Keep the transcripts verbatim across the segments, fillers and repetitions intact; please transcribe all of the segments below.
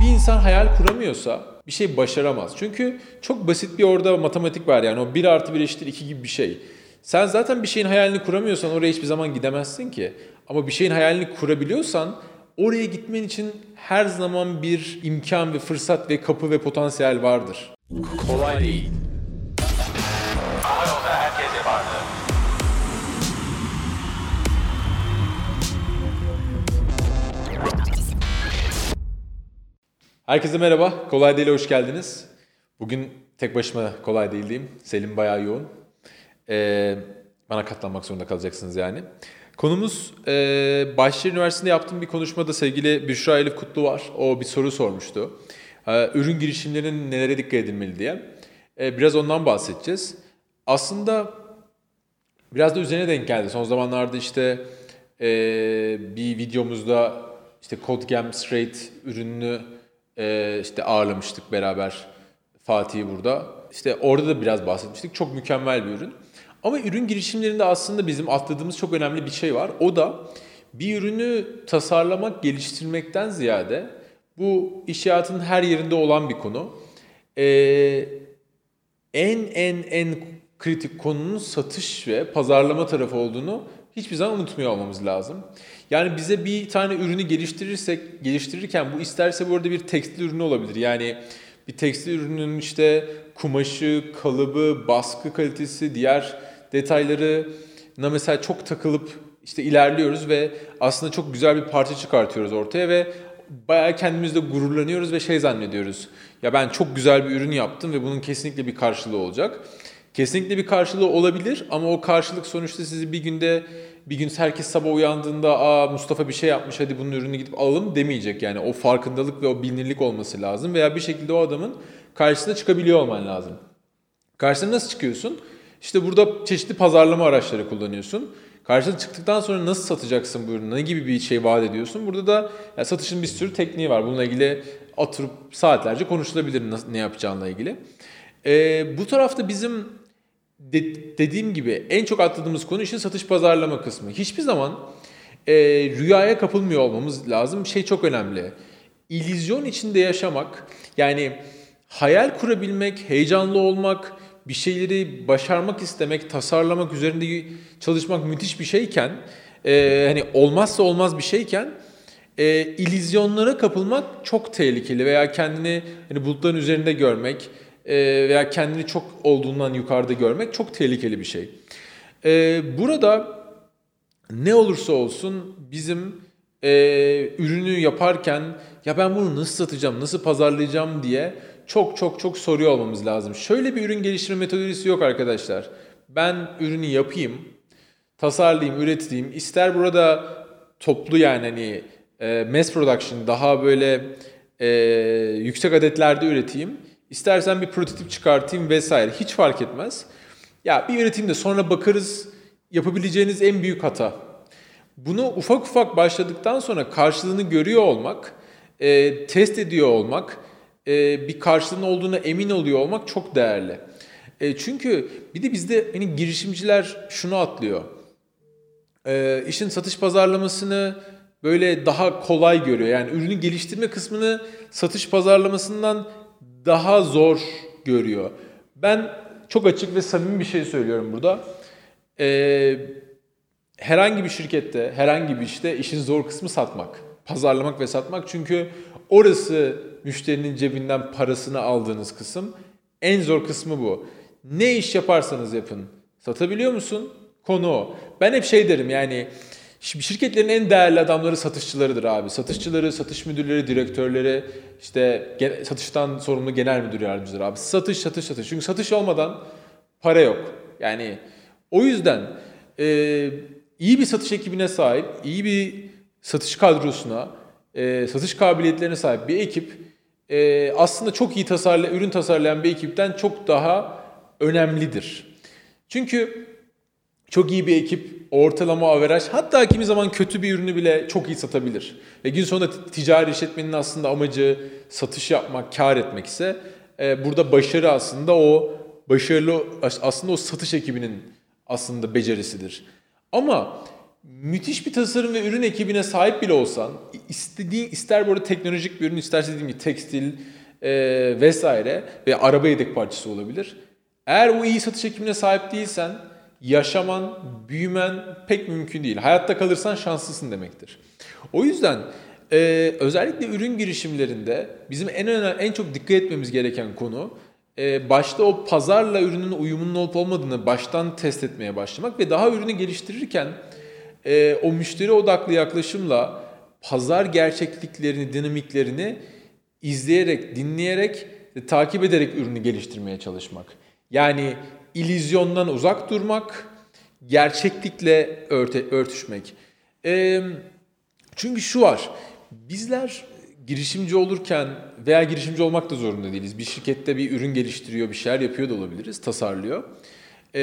bir insan hayal kuramıyorsa bir şey başaramaz. Çünkü çok basit bir orada matematik var yani o bir artı bir eşittir iki gibi bir şey. Sen zaten bir şeyin hayalini kuramıyorsan oraya hiçbir zaman gidemezsin ki. Ama bir şeyin hayalini kurabiliyorsan oraya gitmen için her zaman bir imkan ve fırsat ve kapı ve potansiyel vardır. Kolay değil. Ama yolda herkes yapardı. Herkese merhaba, Kolay Değil'e hoş geldiniz. Bugün tek başıma Kolay Değil'deyim. Selim bayağı yoğun. Ee, bana katlanmak zorunda kalacaksınız yani. Konumuz e, Bahçeşehir Üniversitesi'nde yaptığım bir konuşmada sevgili Büşra Elif Kutlu var. O bir soru sormuştu. Ee, ürün girişimlerinin nelere dikkat edilmeli diye. Ee, biraz ondan bahsedeceğiz. Aslında biraz da üzerine denk geldi. Son zamanlarda işte e, bir videomuzda işte CodeGem Straight ürününü e, işte ağırlamıştık beraber Fatih'i burada. İşte orada da biraz bahsetmiştik. Çok mükemmel bir ürün. Ama ürün girişimlerinde aslında bizim atladığımız çok önemli bir şey var. O da bir ürünü tasarlamak, geliştirmekten ziyade bu iş hayatının her yerinde olan bir konu. Ee, en en en kritik konunun satış ve pazarlama tarafı olduğunu hiçbir zaman unutmuyor olmamız lazım. Yani bize bir tane ürünü geliştirirsek, geliştirirken bu isterse bu arada bir tekstil ürünü olabilir. Yani bir tekstil ürününün işte kumaşı, kalıbı, baskı kalitesi, diğer detaylarına mesela çok takılıp işte ilerliyoruz ve aslında çok güzel bir parça çıkartıyoruz ortaya ve bayağı kendimizde gururlanıyoruz ve şey zannediyoruz. Ya ben çok güzel bir ürün yaptım ve bunun kesinlikle bir karşılığı olacak. Kesinlikle bir karşılığı olabilir ama o karşılık sonuçta sizi bir günde bir gün herkes sabah uyandığında aa Mustafa bir şey yapmış hadi bunun ürünü gidip alalım demeyecek. Yani o farkındalık ve o bilinirlik olması lazım veya bir şekilde o adamın karşısına çıkabiliyor olman lazım. Karşısına nasıl çıkıyorsun? İşte burada çeşitli pazarlama araçları kullanıyorsun. Karşına çıktıktan sonra nasıl satacaksın bu ürünü? Ne gibi bir şey vaat ediyorsun? Burada da ya satışın bir sürü tekniği var. Bununla ilgili oturup saatlerce konuşulabilir nasıl, ne yapacağınla ilgili. Ee, bu tarafta bizim de, dediğim gibi en çok atladığımız konu işin satış pazarlama kısmı. Hiçbir zaman e, rüyaya kapılmıyor olmamız lazım. Şey çok önemli. İllüzyon içinde yaşamak, yani hayal kurabilmek, heyecanlı olmak, bir şeyleri başarmak istemek, tasarlamak, üzerinde çalışmak müthiş bir şeyken, e, hani olmazsa olmaz bir şeyken, e, illüzyonlara kapılmak çok tehlikeli veya kendini hani bulutların üzerinde görmek e, veya kendini çok olduğundan yukarıda görmek çok tehlikeli bir şey. E, burada ne olursa olsun bizim e, ürünü yaparken ya ben bunu nasıl satacağım, nasıl pazarlayacağım diye çok çok çok soruyor olmamız lazım. Şöyle bir ürün geliştirme metodolojisi yok arkadaşlar. Ben ürünü yapayım, tasarlayayım, üreteyim. İster burada toplu yani hani e, mass production daha böyle e, yüksek adetlerde üreteyim. İstersen bir prototip çıkartayım vesaire. Hiç fark etmez. Ya bir üreteyim de sonra bakarız yapabileceğiniz en büyük hata. Bunu ufak ufak başladıktan sonra karşılığını görüyor olmak, e, test ediyor olmak, e, bir karşılığının olduğuna emin oluyor olmak çok değerli. E, çünkü bir de bizde hani girişimciler şunu atlıyor. E, işin satış pazarlamasını böyle daha kolay görüyor. Yani ürünü geliştirme kısmını satış pazarlamasından daha zor görüyor. Ben çok açık ve samimi bir şey söylüyorum burada. Eee Herhangi bir şirkette, herhangi bir işte işin zor kısmı satmak. Pazarlamak ve satmak. Çünkü orası müşterinin cebinden parasını aldığınız kısım. En zor kısmı bu. Ne iş yaparsanız yapın. Satabiliyor musun? Konu o. Ben hep şey derim yani şirketlerin en değerli adamları satışçılarıdır abi. Satışçıları, satış müdürleri, direktörleri, işte satıştan sorumlu genel müdür yardımcıları abi. Satış, satış, satış. Çünkü satış olmadan para yok. Yani o yüzden Ee, iyi bir satış ekibine sahip, iyi bir satış kadrosuna, e, satış kabiliyetlerine sahip bir ekip e, aslında çok iyi tasarlayan, ürün tasarlayan bir ekipten çok daha önemlidir. Çünkü çok iyi bir ekip, ortalama averaj, hatta kimi zaman kötü bir ürünü bile çok iyi satabilir. Ve gün sonunda ticari işletmenin aslında amacı satış yapmak, kar etmek ise e, burada başarı aslında o başarılı aslında o satış ekibinin aslında becerisidir. Ama müthiş bir tasarım ve ürün ekibine sahip bile olsan, istediğin, ister bu arada teknolojik bir ürün, isterse dediğim gibi tekstil e, vesaire ve araba yedek parçası olabilir. Eğer o iyi satış ekibine sahip değilsen yaşaman, büyümen pek mümkün değil. Hayatta kalırsan şanslısın demektir. O yüzden e, özellikle ürün girişimlerinde bizim en önemli, en çok dikkat etmemiz gereken konu e, başta o pazarla ürünün uyumunun olup olmadığını baştan test etmeye başlamak ve daha ürünü geliştirirken e, o müşteri odaklı yaklaşımla pazar gerçekliklerini, dinamiklerini izleyerek, dinleyerek, ve takip ederek ürünü geliştirmeye çalışmak. Yani illüzyondan uzak durmak, gerçeklikle örte, örtüşmek. E, çünkü şu var, bizler girişimci olurken veya girişimci olmak da zorunda değiliz. Bir şirkette bir ürün geliştiriyor, bir şeyler yapıyor da olabiliriz, tasarlıyor. E,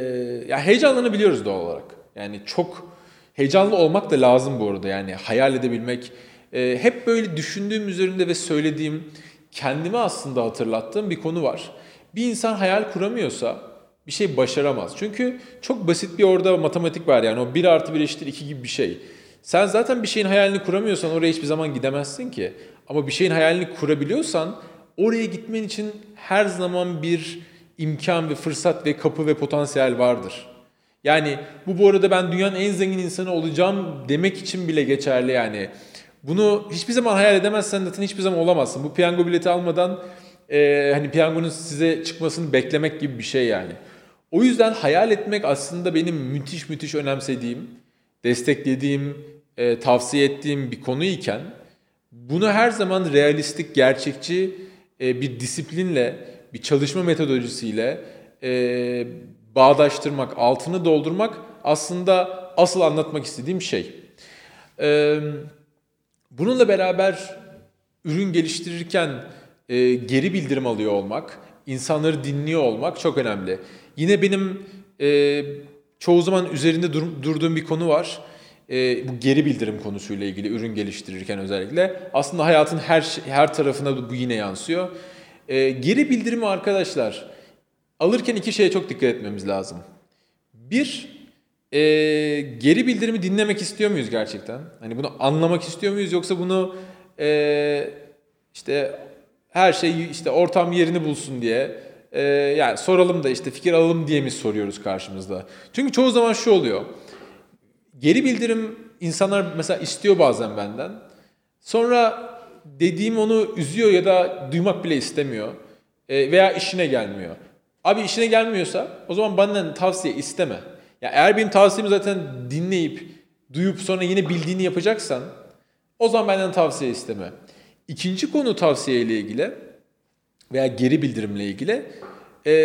ya heyecanlanabiliyoruz doğal olarak. Yani çok heyecanlı olmak da lazım bu arada. Yani hayal edebilmek. E, hep böyle düşündüğüm üzerinde ve söylediğim, kendime aslında hatırlattığım bir konu var. Bir insan hayal kuramıyorsa bir şey başaramaz. Çünkü çok basit bir orada matematik var, yani o bir artı bir eşittir iki gibi bir şey. Sen zaten bir şeyin hayalini kuramıyorsan oraya hiçbir zaman gidemezsin ki. Ama bir şeyin hayalini kurabiliyorsan oraya gitmen için her zaman bir imkan ve fırsat ve kapı ve potansiyel vardır. Yani bu bu arada ben dünyanın en zengin insanı olacağım demek için bile geçerli yani. Bunu hiçbir zaman hayal edemezsen zaten hiçbir zaman olamazsın. Bu piyango bileti almadan e, hani piyangonun size çıkmasını beklemek gibi bir şey yani. O yüzden hayal etmek aslında benim müthiş müthiş önemsediğim, desteklediğim, e, tavsiye ettiğim bir konu iken bunu her zaman realistik, gerçekçi e, bir disiplinle, bir çalışma metodolojisiyle e, bağdaştırmak, altını doldurmak aslında asıl anlatmak istediğim şey. E, bununla beraber ürün geliştirirken e, geri bildirim alıyor olmak, insanları dinliyor olmak çok önemli. Yine benim e, çoğu zaman üzerinde dur, durduğum bir konu var. E, bu geri bildirim konusuyla ilgili ürün geliştirirken özellikle. Aslında hayatın her her tarafına bu yine yansıyor. E, geri bildirimi arkadaşlar alırken iki şeye çok dikkat etmemiz lazım. Bir, e, geri bildirimi dinlemek istiyor muyuz gerçekten? Hani bunu anlamak istiyor muyuz, yoksa bunu e, işte her şey işte ortam yerini bulsun diye e, yani soralım da işte fikir alalım diye mi soruyoruz karşımızda? Çünkü çoğu zaman şu oluyor. Geri bildirim insanlar mesela istiyor bazen benden. Sonra dediğim onu üzüyor ya da duymak bile istemiyor. E, veya işine gelmiyor. Abi işine gelmiyorsa o zaman benden tavsiye isteme. Ya eğer benim tavsiyemi zaten dinleyip, duyup sonra yine bildiğini yapacaksan o zaman benden tavsiye isteme. İkinci konu tavsiye ile ilgili veya geri bildirimle ilgili. E,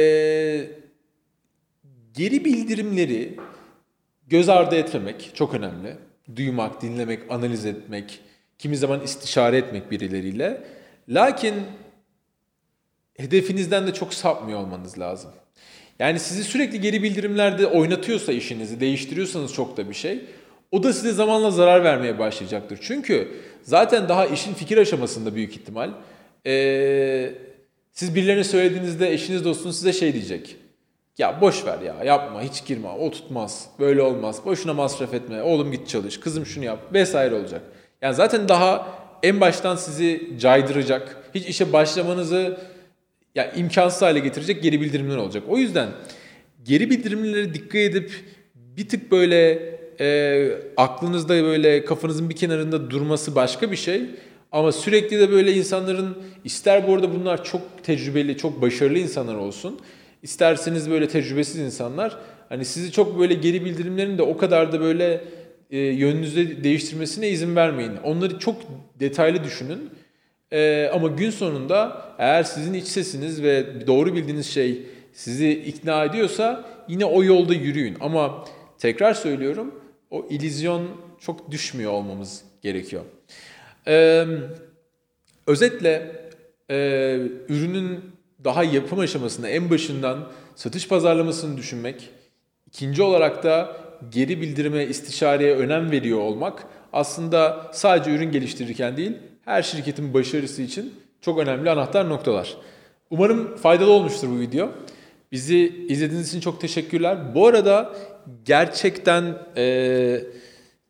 geri bildirimleri göz ardı etmemek çok önemli. Duymak, dinlemek, analiz etmek, kimi zaman istişare etmek birileriyle. Lakin hedefinizden de çok sapmıyor olmanız lazım. Yani sizi sürekli geri bildirimlerde oynatıyorsa işinizi, değiştiriyorsanız çok da bir şey, o da size zamanla zarar vermeye başlayacaktır. Çünkü zaten daha işin fikir aşamasında büyük ihtimal ee, siz birilerine söylediğinizde eşiniz, dostunuz size şey diyecek. Ya boş ver ya, yapma, hiç girme, o tutmaz, böyle olmaz, boşuna masraf etme, oğlum git çalış, kızım şunu yap vesaire olacak. Yani zaten daha en baştan sizi caydıracak, hiç işe başlamanızı ya imkansız hale getirecek geri bildirimler olacak. O yüzden geri bildirimlere dikkat edip bir tık böyle e, aklınızda böyle kafanızın bir kenarında durması başka bir şey. Ama sürekli de böyle insanların, ister bu arada bunlar çok tecrübeli, çok başarılı insanlar olsun, İsterseniz böyle tecrübesiz insanlar, hani sizi çok böyle geri bildirimlerin de o kadar da böyle e, yönünüzü değiştirmesine izin vermeyin. Onları çok detaylı düşünün. E, ama gün sonunda eğer sizin iç sesiniz ve doğru bildiğiniz şey sizi ikna ediyorsa yine o yolda yürüyün. Ama tekrar söylüyorum, o illüzyon çok düşmüyor olmamız gerekiyor. E, özetle e, ürünün daha yapım aşamasında en başından satış pazarlamasını düşünmek, ikinci olarak da geri bildirime, istişareye önem veriyor olmak aslında sadece ürün geliştirirken değil, her şirketin başarısı için çok önemli anahtar noktalar. Umarım faydalı olmuştur bu video. Bizi izlediğiniz için çok teşekkürler. Bu arada gerçekten e,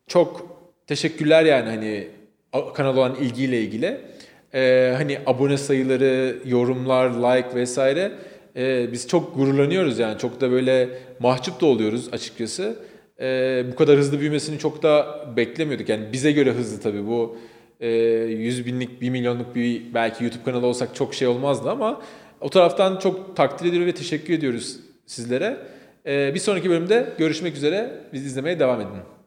çok teşekkürler yani hani a- kanala olan ilgiyle ilgili. Ee, hani abone sayıları, yorumlar, like vesaire. Ee, biz çok gururlanıyoruz yani. Çok da böyle mahcup da oluyoruz açıkçası. Ee, bu kadar hızlı büyümesini çok da beklemiyorduk. Yani bize göre hızlı tabii bu. e, yüz binlik, bir milyonluk bir belki YouTube kanalı olsak çok şey olmazdı ama o taraftan çok takdir ediyoruz ve teşekkür ediyoruz sizlere. Ee, bir sonraki bölümde görüşmek üzere. Bizi izlemeye devam edin.